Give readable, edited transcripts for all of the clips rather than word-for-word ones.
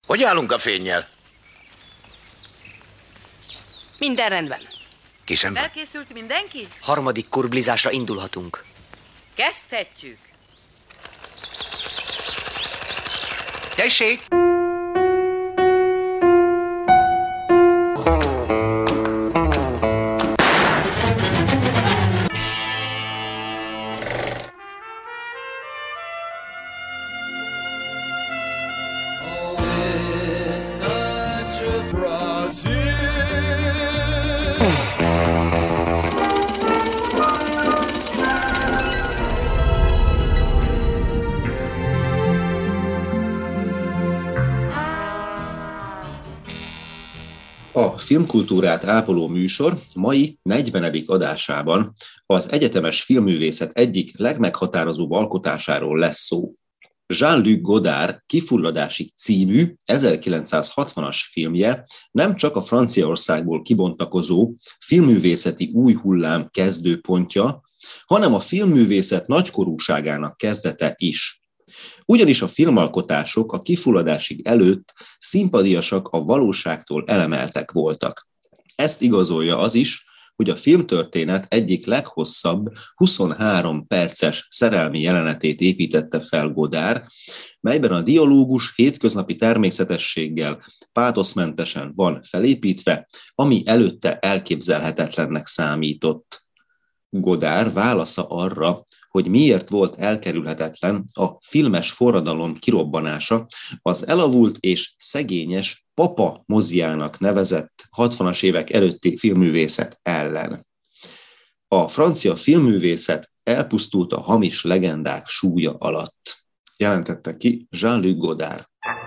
Hogy állunk a fénnyel? Minden rendben. Készen van? Felkészült mindenki? Harmadik kurblizásra indulhatunk. Kezdhetjük. Tessék! A filmkultúrát ápoló műsor mai 40. adásában az egyetemes filmművészet egyik legmeghatározóbb alkotásáról lesz szó. Jean-Luc Godard Kifulladásig című 1960-as filmje nem csak a Franciaországból kibontakozó filmművészeti új hullám kezdőpontja, hanem a filmművészet nagykorúságának kezdete is. Ugyanis a filmalkotások a kifulladásig előtt szimpadiasak, a valóságtól elemeltek voltak. Ezt igazolja az is, hogy a filmtörténet egyik leghosszabb, 23 perces szerelmi jelenetét építette fel Godard, melyben a dialógus hétköznapi természetességgel, pátoszmentesen van felépítve, ami előtte elképzelhetetlennek számított. Godard válasza arra, hogy miért volt elkerülhetetlen a filmes forradalom kirobbanása, az elavult és szegényes papa moziának nevezett 60-as évek előtti filmművészet ellen. A francia filmművészet elpusztult a hamis legendák súlya alatt, jelentette ki Jean-Luc Godard.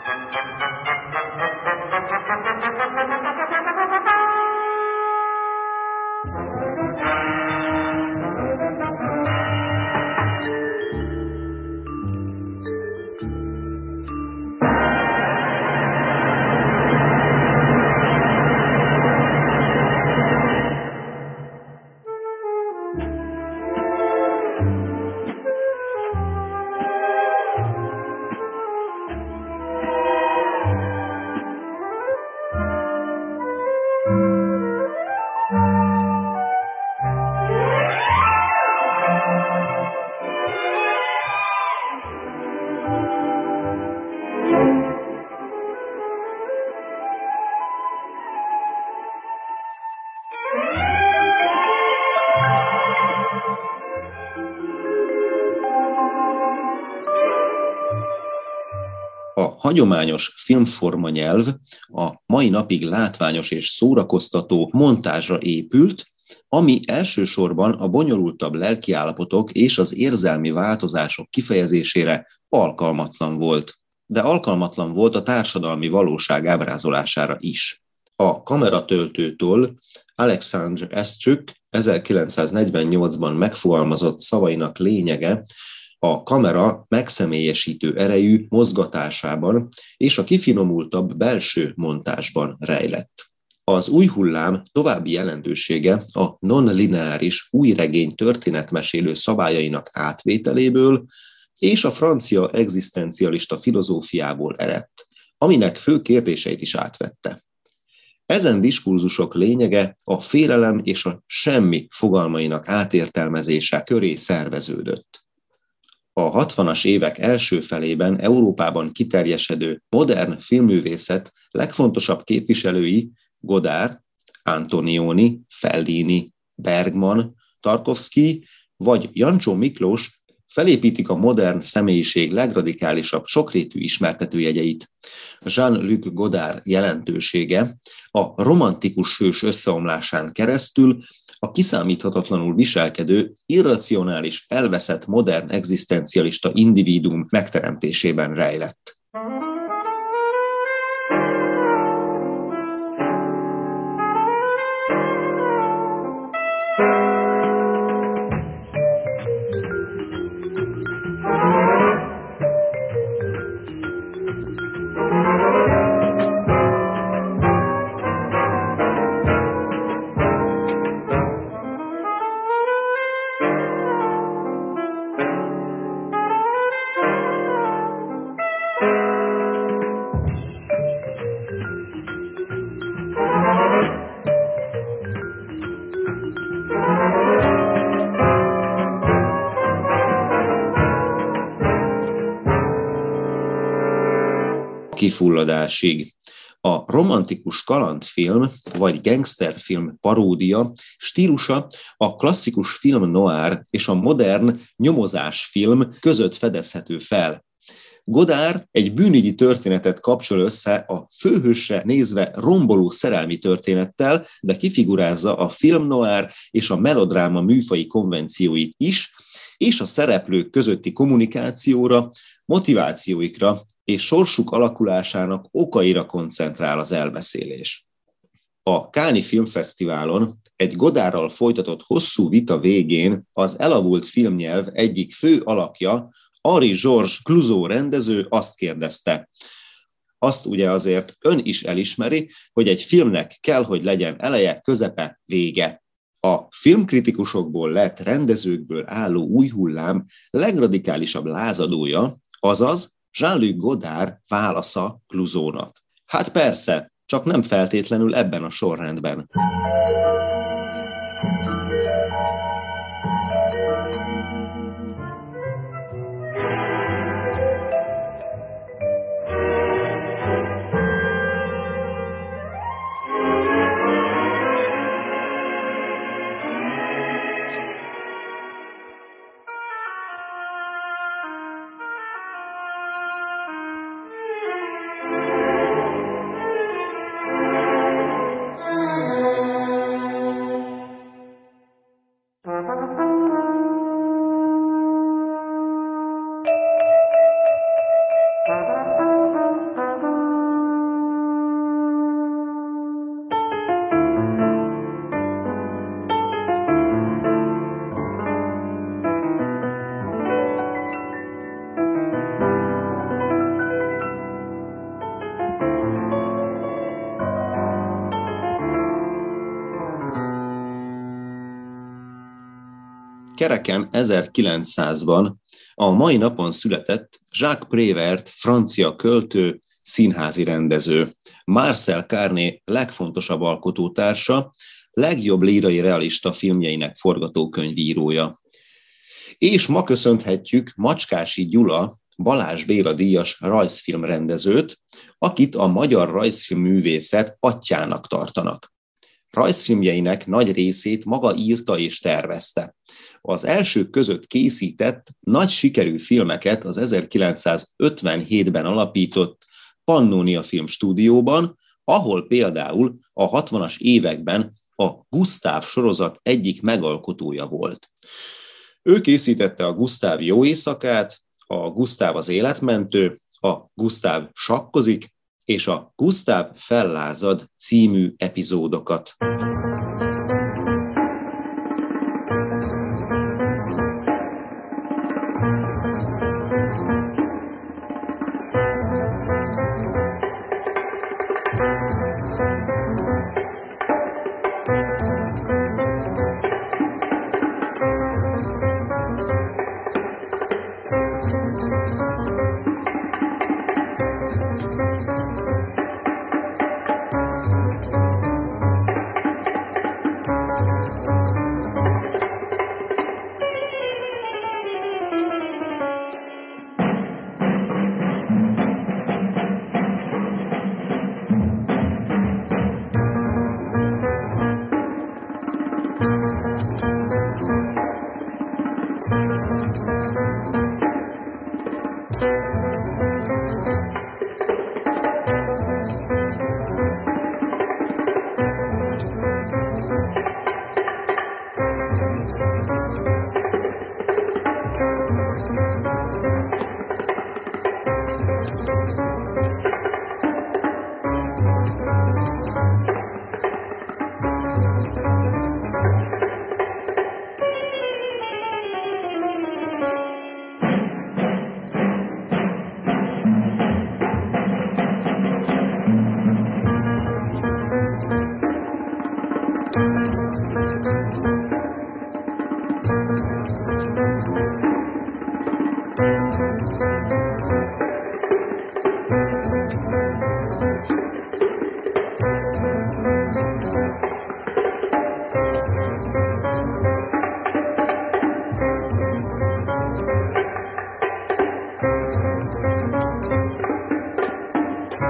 A hagyományos filmformanyelv a mai napig látványos és szórakoztató montázsra épült, ami elsősorban a bonyolultabb lelkiállapotok és az érzelmi változások kifejezésére alkalmatlan volt. De alkalmatlan volt a társadalmi valóság ábrázolására is. A kameratöltőtől Alexandre Astruc 1948-ban megfogalmazott szavainak lényege a kamera megszemélyesítő erejű mozgatásában és a kifinomultabb belső montázsban rejlett. Az új hullám további jelentősége a non-lineáris újregény történetmesélő szabályainak átvételéből és a francia egzisztencialista filozófiából eredt, aminek fő kérdéseit is átvette. Ezen diskurzusok lényege a félelem és a semmi fogalmainak átértelmezése köré szerveződött. A 60-as évek első felében Európában kiterjesedő modern filmművészet legfontosabb képviselői Godard, Antonioni, Fellini, Bergman, Tarkovsky vagy Jancsó Miklós felépítik a modern személyiség legradikálisabb sokrétű ismertetőjegyeit. Jean-Luc Godard jelentősége a romantikus hős összeomlásán keresztül a kiszámíthatatlanul viselkedő, irracionális, elveszett modern egzisztencialista individuum megteremtésében rejlett. mélyfulladásig. A romantikus kalandfilm vagy gangsterfilm paródia stílusa a klasszikus film noir és a modern nyomozásfilm között fedezhető fel. Godard egy bűnügyi történetet kapcsol össze a főhősre nézve romboló szerelmi történettel, de kifigurázza a film noir és a melodráma műfaji konvencióit is, és a szereplők közötti kommunikációra, motivációikra és sorsuk alakulásának okaira koncentrál az elbeszélés. A Cannes-i Filmfesztiválon egy Godardral folytatott hosszú vita végén az elavult filmnyelv egyik fő alakja, Henri-Georges Clouzot rendező azt kérdezte: azt ugye azért ön is elismeri, hogy egy filmnek kell, hogy legyen eleje, közepe, vége. A filmkritikusokból lett rendezőkből álló új hullám legradikálisabb lázadója, azaz Jean-Luc Godard válasza Clouzotnak. Hát persze, csak nem feltétlenül ebben a sorrendben. Kereken 1900-ban a mai napon született Jacques Prévert, francia költő, színházi rendező, Marcel Carné legfontosabb alkotótársa, legjobb lírai realista filmjeinek forgatókönyvírója. És ma köszönhetjük Macskási Gyula, Balázs Béla díjas rajzfilmrendezőt, akit a magyar rajzfilmművészet atyjának tartanak. Rajzfilmjeinek nagy részét maga írta és tervezte. Az elsők között készített nagy sikerű filmeket az 1957-ben alapított Pannonia Filmstúdióban, ahol például a 60-as években a Gusztáv sorozat egyik megalkotója volt. Ő készítette a Gusztáv jó éjszakát, a Gusztáv az életmentő, a Gusztáv sakkozik, és a Gusztáv fellázad című epizódokat.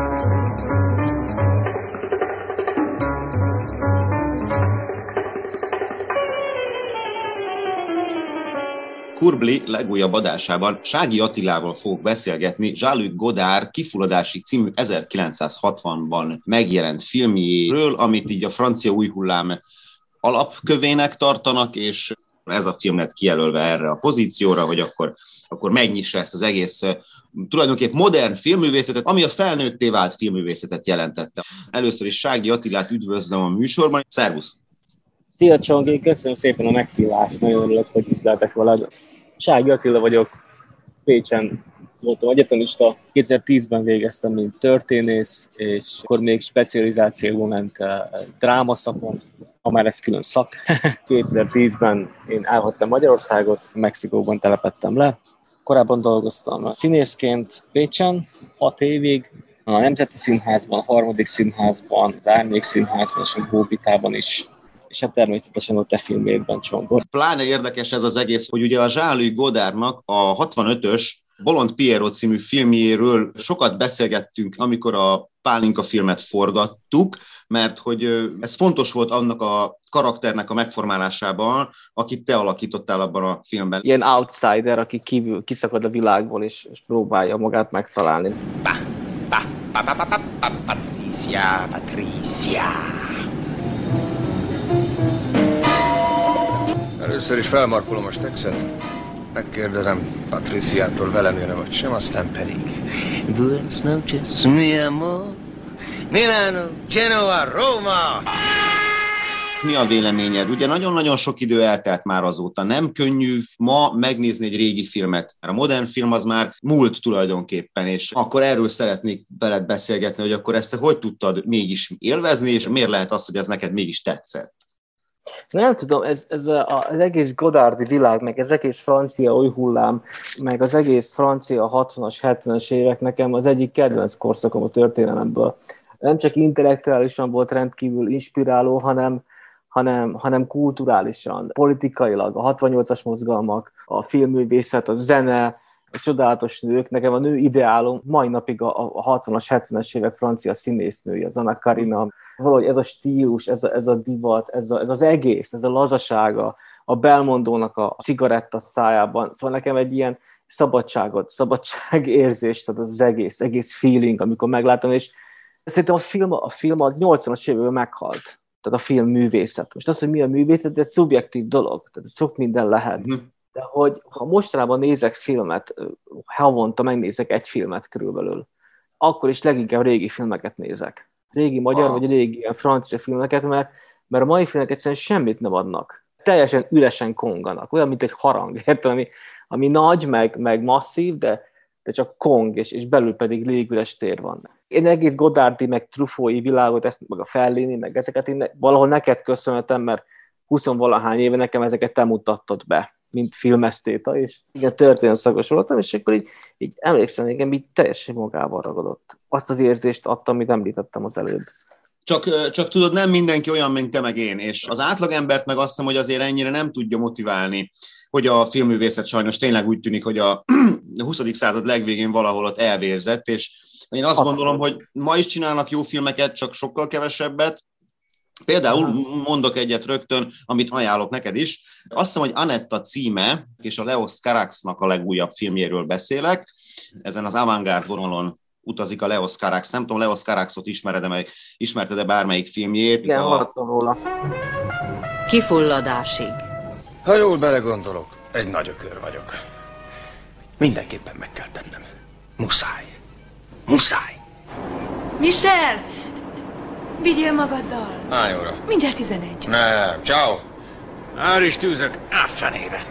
Kurbli legújabb adásában Sági Attilával fogok beszélgetni Jean-Luc Godard Kifulladási című 1960-ban megjelent filmjéről, amit így a francia új hullám alapkövének tartanak, és ez a film lett kijelölve erre a pozícióra, hogy akkor megnyissa ezt az egész tulajdonképp modern filmművészetet, ami a felnőtté vált filmművészetet jelentette. Először is Sági Attilát üdvözlöm a műsorban. Szervusz! Szia Csongi, köszönöm szépen a meghívást, nagyon örülök, hogy itt lehetek veled. Sági Attila vagyok, Pécsen voltam egyetemista, 2010-ben végeztem, mint történész, és akkor még specializációban ment drámaszakon, ha már ez külön szak. 2010-ben én elhagytam Magyarországot, Mexikóban telepedtem le. Korábban dolgoztam színészként Pécsen, 6 évig, a Nemzeti Színházban, a Harmadik Színházban, az Árnyék Színházban és a Bóbitában is. És hát természetesen a te filmjétben, Csongor. Pláne érdekes ez az egész, hogy ugye a Jean-Luc Godardnak a 65-ös Bolond Pierrot című filmjéről sokat beszélgettünk, amikor a Pálinka filmet forgattuk, mert hogy ez fontos volt annak a karakternek a megformálásában, akit te alakítottál abban a filmben. Ilyen outsider, aki kívül kiszakad a világból, és próbálja magát megtalálni. Patricia. Először is felmarkolom a stexet. Megkérdezem Patriciától velem jön-e vagy sem, aztán pedig... Buenas noches, mi amor. Milano, Genoa, Roma. Mi a véleményed? Ugye nagyon-nagyon sok idő eltelt már azóta. Nem könnyű ma megnézni egy régi filmet. A modern film az már múlt tulajdonképpen, és akkor erről szeretnék veled beszélgetni, hogy akkor ezt te hogy tudtad mégis élvezni, és miért lehet az, hogy ez neked mégis tetszett? Nem tudom, ez az egész Godardi világ, meg az egész francia új hullám, meg az egész francia 60-as, 70-es évek nekem az egyik kedvenc korszakom a történelemből. Nem csak intellektuálisan volt rendkívül inspiráló, hanem kulturálisan, politikailag, a 68-as mozgalmak, a filmművészet, a zene, a csodálatos nők. Nekem a nő ideálom mai napig a 60-as, 70-es évek francia színésznői, az Anna Karina. Valahogy ez a stílus, ez a divat, ez az egész, ez a lazasága, a Belmondónak a cigaretta szájában. Szóval nekem egy ilyen szabadságérzés, tehát az egész feeling, amikor meglátom, és szerintem a film az 80-as években meghalt. Tehát a film művészet. Most az, hogy mi a művészet, ez szubjektív dolog, tehát sok minden lehet. De hogy ha mostanában nézek filmet, havonta megnézek egy filmet körülbelül, akkor is leginkább régi filmeket nézek. Régi magyar vagy régi ilyen francia filmeket, mert a mai filmek egyszerűen semmit nem adnak. Teljesen üresen konganak, olyan, mint egy harang, ami nagy, meg masszív, de csak kong, és belül pedig légüres tér van. Én egész Godardi, meg Truffaut-i világot, ezt, meg a Fellini, meg ezeket én valahol neked köszönhetem, mert 20-valahány éve nekem ezeket te mutattad be, mint filmesztéta, és igen, történelmszakos voltam, és akkor így emlékszem, engem így teljesen magával ragadott. Azt az érzést adtam, amit említettem az előbb. Csak tudod, nem mindenki olyan, mint te meg én, és az átlagembert meg azt hiszem, hogy azért ennyire nem tudja motiválni, hogy a filmművészet sajnos tényleg úgy tűnik, hogy a 20. század legvégén valahol ott elvérzett, és én azt gondolom, hogy ma is csinálnak jó filmeket, csak sokkal kevesebbet. Például mondok egyet rögtön, amit ajánlok neked is. Azt hiszem, hogy Anetta címe, és a Leos Caraxnak a legújabb filmjéről beszélek. Ezen az avantgárd vonalon utazik a Leos Carax. Nem tudom, Leos Caraxot ismerted-e bármelyik filmjét? Igen, hallottam róla. Kifulladásig. Ha jól belegondolok, egy nagy ökör vagyok. Mindenképpen meg kell tennem. Muszáj. Michel! Vigyél magaddal! Hány óra? Mindjárt 11. Nem, ciao. Ár is tűzök, a fenébe.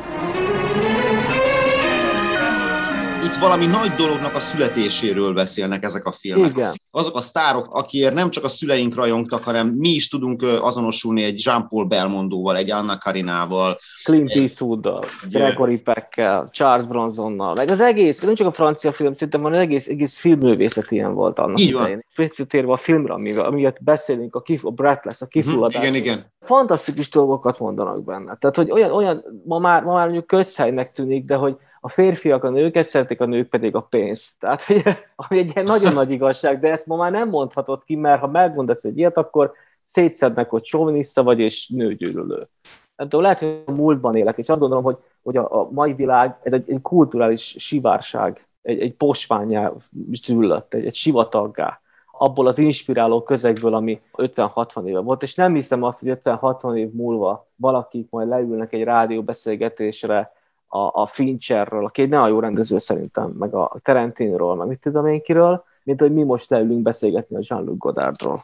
Itt valami nagy dolognak a születéséről beszélnek ezek a filmek. Igen. Azok a sztárok, akiért nem csak a szüleink rajongtak, hanem mi is tudunk azonosulni egy Jean-Paul Belmondóval, egy Anna Karinával. Clint Eastwooddal, Gregory Peckkel, Charles Bronsonnal, meg az egész, nem csak a francia film, szerintem az egész filmművészet ilyen volt annak idején. Visszatérve a filmre, amiért beszélünk, a Breathless, a kifulladás. Igen. Fantasztikus dolgokat mondanak benne. Tehát, hogy olyan ma már mondjuk közhelynek tűnik, de hogy a férfiak a nőket szeretik, a nők pedig a pénzt. Tehát, ami egy ilyen nagyon nagy igazság, de ezt ma már nem mondhatod ki, mert ha megmondasz egy ilyet, akkor szétszednek, hogy soviniszta vagy és nőgyűlölő. Nem tudom, lehet, hogy a múltban élek, és azt gondolom, hogy a mai világ, ez egy kulturális sivárság, egy posvánnyá züllött, egy sivataggá, abból az inspiráló közegből, ami 50-60 éve volt, és nem hiszem azt, hogy 50-60 év múlva valakik majd leülnek egy rádióbeszélgetésre a Fincherről, aki egy nagyon jó rendező szerintem, meg a Tarantinról, meg mit tudom én kiről, mint hogy mi most leülünk beszélgetni a Jean-Luc Godardról.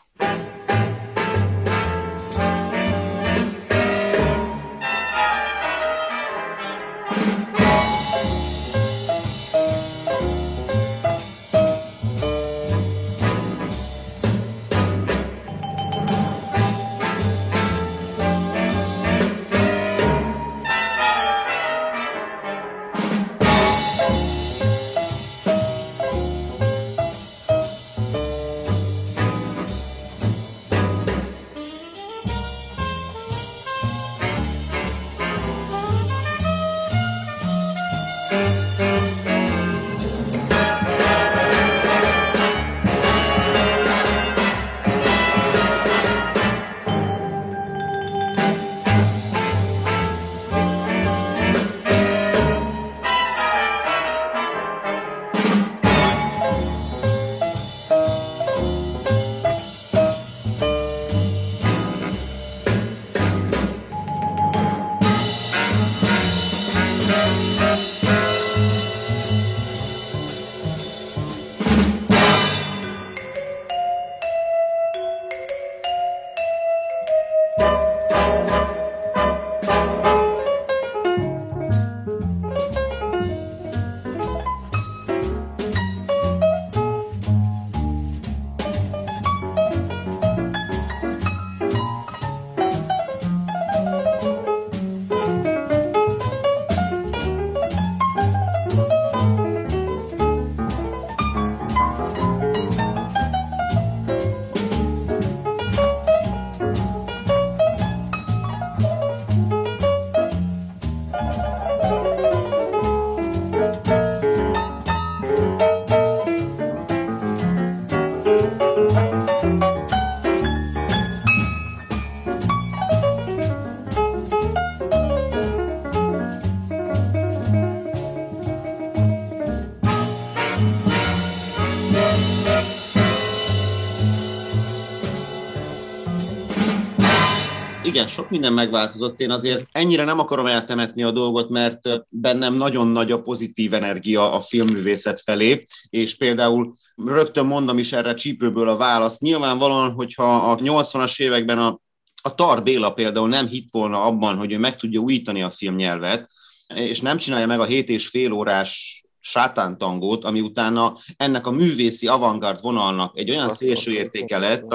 Igen, sok minden megváltozott. Én azért ennyire nem akarom eltemetni a dolgot, mert bennem nagyon nagy a pozitív energia a filmművészet felé, és például rögtön mondom is erre csípőből a választ. Nyilvánvalóan, hogyha a 80-as években a Tar Béla például nem hitt volna abban, hogy ő meg tudja újítani a filmnyelvet, és nem csinálja meg a 7,5 órás sátántangót, ami utána ennek a művészi avantgárd vonalnak egy olyan szélső értéke lett,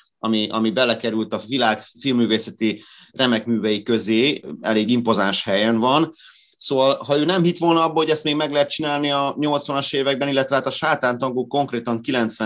ami belekerült a világ filmművészeti remek művei közé, elég impozáns helyen van. Szóval, ha ő nem hitt volna abba, hogy ezt még meg lehet csinálni a 80-as években, illetve hát a sátántangó konkrétan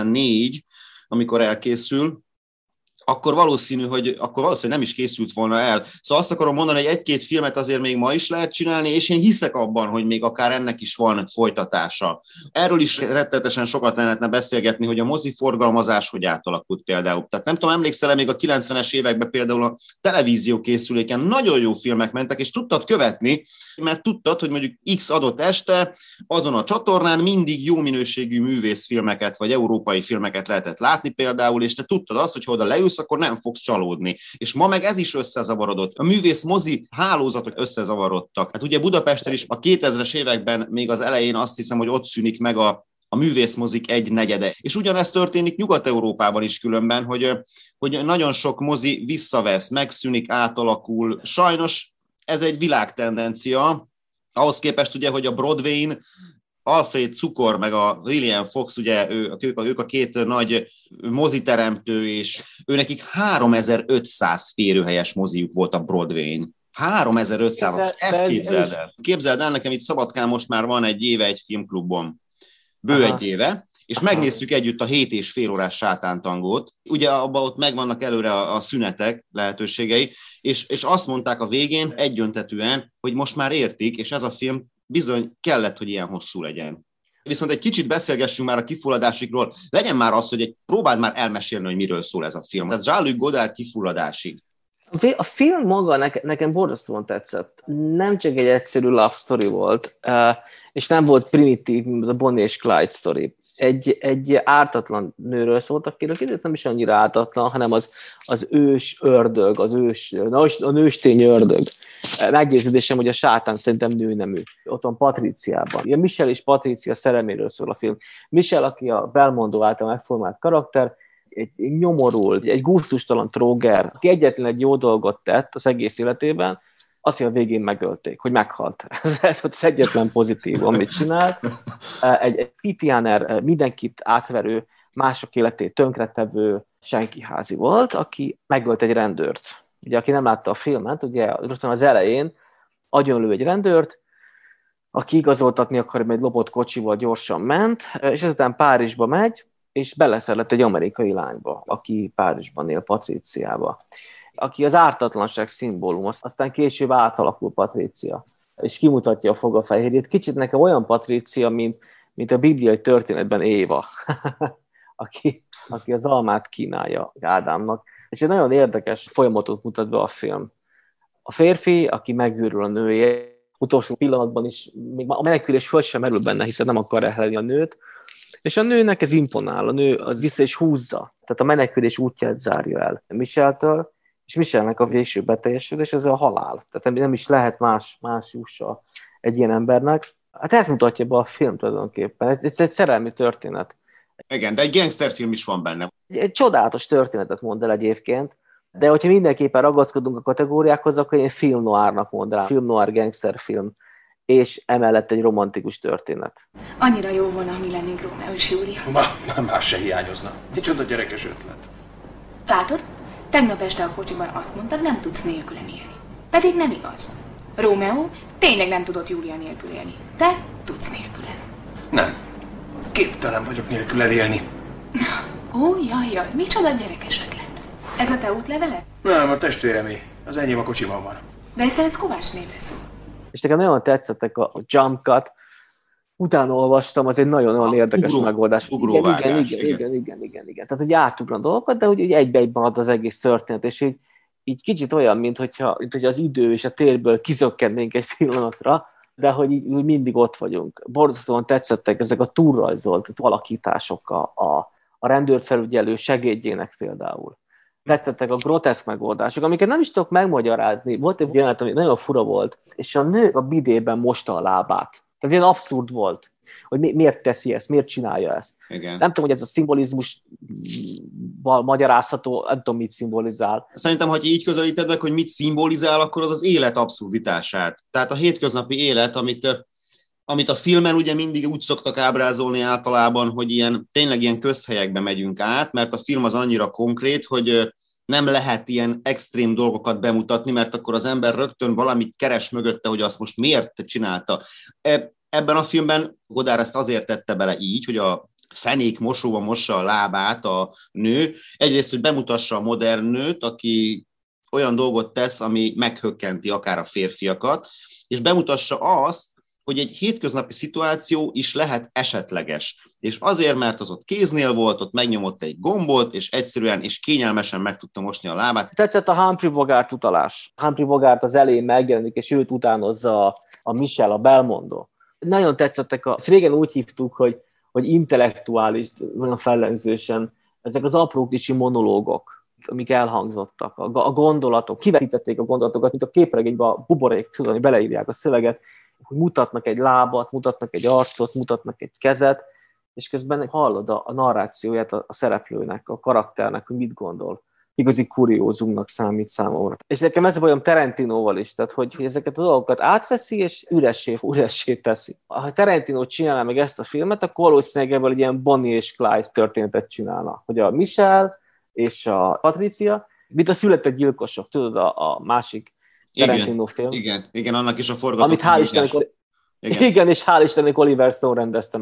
94, amikor elkészül, akkor valószínű, hogy nem is készült volna el. Szóval azt akarom mondani, hogy egy-két filmet azért még ma is lehet csinálni, és én hiszek abban, hogy még akár ennek is van folytatása. Erről is rettenetesen sokat lehetne beszélgetni, hogy a mozi forgalmazás hogy átalakult például. Tehát nem tudom, emlékszel-e, még a 90-es években például a televízió készüléken nagyon jó filmek mentek, és tudtad követni, mert tudtad, hogy mondjuk X adott este azon a csatornán mindig jó minőségű művészfilmeket, vagy európai filmeket lehetett látni például, és te tudtad azt, hogy ha oda leülsz, akkor nem fogsz csalódni. És ma meg ez is összezavarodott. A művész mozi hálózatok összezavarodtak. Hát ugye Budapesten is a 2000-es években még az elején azt hiszem, hogy ott szűnik meg a művészmozik 1/4. És ugyanezt történik Nyugat-Európában is különben, hogy nagyon sok mozi visszavesz, megszűnik, átalakul. Sajnos ez egy világtendencia. Ahhoz képest ugye, hogy a Broadway-n Alfred Cukor meg a William Fox, ugye ők a két nagy moziteremtő, és őnekik 3500 férőhelyes moziuk volt a Broadway-n. 3500, ezt képzeld el. Képzeld el, nekem itt Szabadkán most már van egy éve egy filmklubom. Egy éve, és megnéztük együtt a 7,5 órás sátántangót. Ugye abban ott megvannak előre a szünetek lehetőségei, és azt mondták a végén egyöntetűen, hogy most már értik, és ez a film bizony kellett, hogy ilyen hosszú legyen. Viszont egy kicsit beszélgessünk már a kifulladásikról. Legyen már az, hogy próbáld már elmesélni, hogy miről szól ez a film. Tehát Jean-Luc Godard kifulladásig. A film maga nekem borzasztóan tetszett. Nem csak egy egyszerű love story volt, és nem volt primitív, mint a Bonnie és Clyde story. Egy ártatlan nőről szólt, akiről kiderült nem is annyira ártatlan, hanem az ős ördög, a nőstény ördög. Meggyőződésem, hogy a sátán szerintem nőnemű. Ott van Patriciában. A Michelle és Patricia szerelméről szól a film. Michelle, aki a Belmondo által megformált karakter, egy nyomorult, egy gusztustalan tróger, aki egyetlen egy jó dolgot tett az egész életében, azt, hogy a végén megölték, hogy meghalt. Ez az egyetlen pozitív, amit csinál. Egy pitiáner, mindenkit átverő, mások életét tönkretevő senkiházi volt, aki megölt egy rendőrt. Ugye, aki nem látta a filmet, ugye rögtön az elején agyonlő egy rendőrt, aki igazoltatni akar, hogy egy lopott kocsival gyorsan ment, és ezután Párizsba megy, és beleszerlett egy amerikai lányba, aki Párizsban él, Patriciába, aki az ártatlanság szimbólum, aztán később átalakul Patricia, és kimutatja a fogafehérjét. Kicsit nekem olyan Patricia, mint a bibliai történetben Éva, aki az almát kínálja Ádámnak. És egy nagyon érdekes folyamatot mutat be a film. A férfi, aki megőrül a nőjét, utolsó pillanatban is, még a menekülés föl sem merül benne, hiszen nem akar elhelni a nőt, és a nőnek ez imponál, a nő az vissza is húzza, tehát a menekülés útját zárja el Michelle-től, és Michelle-nek a végső beteljesülés, ez a halál. Tehát nem is lehet más jussa egy ilyen embernek. Hát ezt mutatja be a film tulajdonképpen. Ez egy szerelmi történet. Igen, de egy gangsterfilm is van benne. Egy csodálatos történetet mond el egyébként, de hogyha mindenképpen ragaszkodunk a kategóriákhoz, akkor én film noirnak mondanám. Film noir gangsterfilm, és emellett egy romantikus történet. Annyira jó volna, ha mi lennénk Rómeó és Júlia. Már más se hiányozna. Micsoda gyerekes ötlet. Látod? Tegnap este a kocsiban azt mondtad, nem tudsz nélkülem élni. Pedig nem igaz. Rómeó tényleg nem tudott Júlia nélkül élni. Te tudsz nélkülem. Nem. Képtelen vagyok nélküled élni. Ó, jaj, micsoda gyerekes ötlet. Ez a te útleveled? Nem, a testvéremé. Az enyém a kocsiban van. De hiszen ez Kovács névre szól. És nekem nagyon tetszettek a jump cut. Utána olvastam, az egy nagyon érdekes megoldás. Igen. Tehát, hogy átugran dolgokat, de hogy egy marad az egész történet, és így kicsit olyan, mint hogyha az idő és a térből kizökkennénk egy pillanatra, de hogy így mindig ott vagyunk. Borzasztóan tetszettek ezek a túlrajzolt alakítások a rendőrfelügyelő segédjének például. Tetszettek a groteszk megoldások, amiket nem is tudok megmagyarázni. Volt egy jelenet, ami nagyon fura volt, és a nő a bidében mosta a lábát. Tehát ilyen abszurd volt, hogy miért teszi ezt, miért csinálja ezt. Igen. Nem tudom, hogy ez a szimbolizmusval magyarázható, nem tudom, mit szimbolizál. Szerintem, ha így közelíted meg, hogy mit szimbolizál, akkor az élet abszurditását. Tehát a hétköznapi élet, amit a filmen ugye mindig úgy szoktak ábrázolni általában, hogy tényleg ilyen közhelyekbe megyünk át, mert a film az annyira konkrét, hogy nem lehet ilyen extrém dolgokat bemutatni, mert akkor az ember rögtön valamit keres mögötte, hogy azt most miért csinálta. Ebben a filmben Godard ezt azért tette bele így, hogy a fenék mosóba mossa a lábát a nő. Egyrészt, hogy bemutassa a modern nőt, aki olyan dolgot tesz, ami meghökkenti akár a férfiakat, és bemutassa azt, hogy egy hétköznapi szituáció is lehet esetleges. És azért, mert az ott kéznél volt, ott megnyomott egy gombot, és egyszerűen és kényelmesen meg tudta mosni a lábát. Tetszett a Humphrey Bogart utalás. Humphrey Bogart az elején megjelenik, és őt utánozza a Michelle, a Belmondo. Nagyon tetszettek, ezt régen úgy hívtuk, hogy intellektuális, nagyon fellenzősen, ezek az apró kicsi monológok, amik elhangzottak, a gondolatok, kivetítették a gondolatokat, mint a képregényben a buborék, tudod, beleírják a szöveget, hogy mutatnak egy lábat, mutatnak egy arcot, mutatnak egy kezet, és közben hallod a narrációját a szereplőnek, a karakternek, hogy mit gondol. Igazi kuriózumnak számít számomra. És nekem ez a bajom Tarantinóval is, tehát hogy ezeket a dolgokat átveszi, és üressé teszi. Ha Tarantino csinálná meg ezt a filmet, akkor valószínűleg ebből egy ilyen Bonnie és Clyde történetet csinálna. Hogy a Michelle és a Patricia, mint a Született gyilkosok, tudod, a másik Tarantino film. Igen, annak is a forgatókönyv. Amit hál' Istennek, igen, és hál' Istennek Oliver Stone rendezte meg.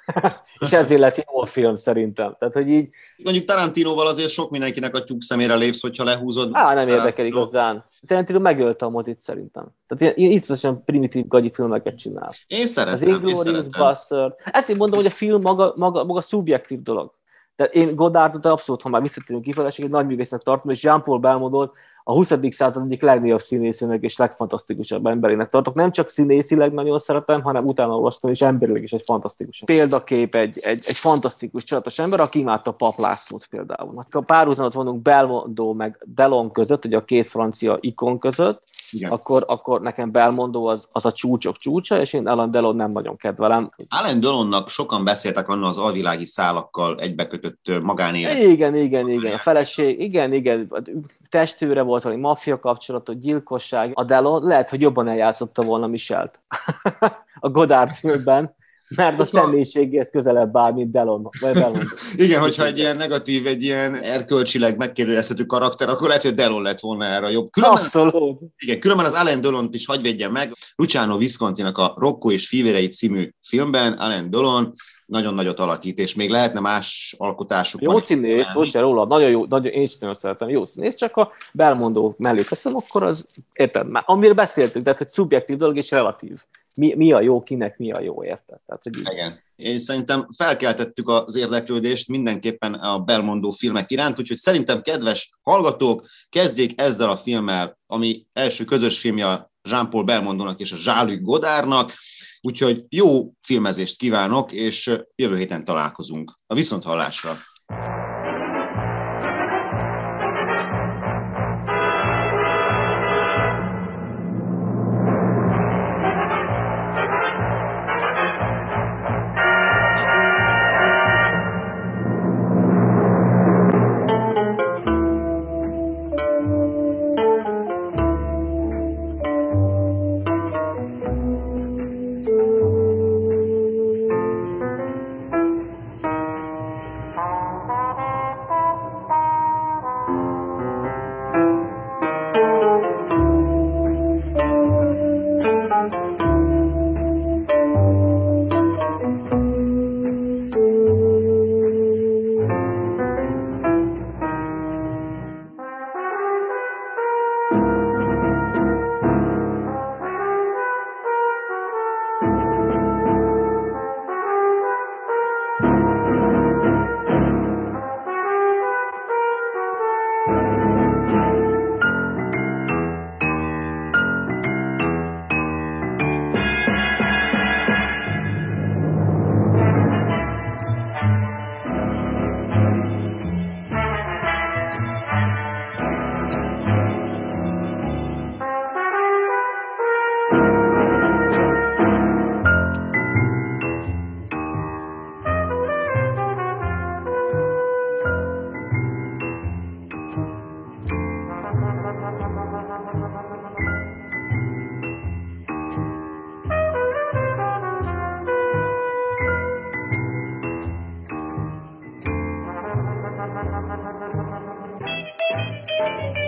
És ezért lett jó a film szerintem. Tehát, hogy így... Mondjuk Tarantinóval azért sok mindenkinek a tyúk szemére lépsz, hogyha lehúzod. Nem érdekel igazán. Tarantino megölte a mozit szerintem. Tehát ilyen iszonyatosan primitív gagyi filmeket csinál. Én szeretem. Az Inglourious Bastard. Ezt mondom, hogy a film maga szubjektív dolog. Tehát én Godardot abszolút, ha már visszatérünk kifeleség, egy nagy művésznek tartom, és Jean-Paul Belmondot a 20. század egyik legnagyobb színészének és legfantasztikusabb emberének tartok. Nem csak színészileg nagyon szeretem, hanem utána olvastam, és emberileg is egy fantasztikus példakép, egy fantasztikus csodatos ember, aki imádta Pap Lászlót például. Ha párhuzamot vonunk Belmondo meg Delon között, ugye a két francia ikon között, akkor nekem Belmondo az a csúcsok csúcsa, és én Alain Delon nem nagyon kedvelem. Alain Delonnak sokan beszéltek annak az alvilági szálakkal egybekötött magánélet. Igen. A feleség, igen. Testőre volt valami maffia kapcsolatot, gyilkosság. A Delon lehet, hogy jobban eljátszotta volna Michelt a Godard filmben, mert a személyiségéhez közelebb áll, mint Delon. Igen, hogyha egy ilyen negatív, egy ilyen erkölcsileg megkérdezhető karakter, akkor lehet, hogy Delon lett volna erre jobb. Abszolút. Igen, különben az Alain Delont is hadd védjen meg. Luciano Viscontinak a Rocco és fívérei című filmben Alain Delon nagyon nagyot alakít, és még lehetne más alkotásuk. Jó színész, most se róla, nagyon jó, én is nagyon szeretem, jó színész, csak a Belmondo mellé teszem, akkor az, érted, már amiről beszéltünk, tehát hogy szubjektív dolog és relatív. Mi a jó, kinek mi a jó, érted? Tehát, hogy igen. Én szerintem felkeltettük az érdeklődést mindenképpen a Belmondo filmek iránt, úgyhogy szerintem, kedves hallgatók, kezdjék ezzel a filmmel, ami első közös filmje Jean-Paul Belmondónak és a Jean-Luc Godardnak, úgyhogy jó filmezést kívánok, és jövő héten találkozunk. A viszonthallásra! Thank you.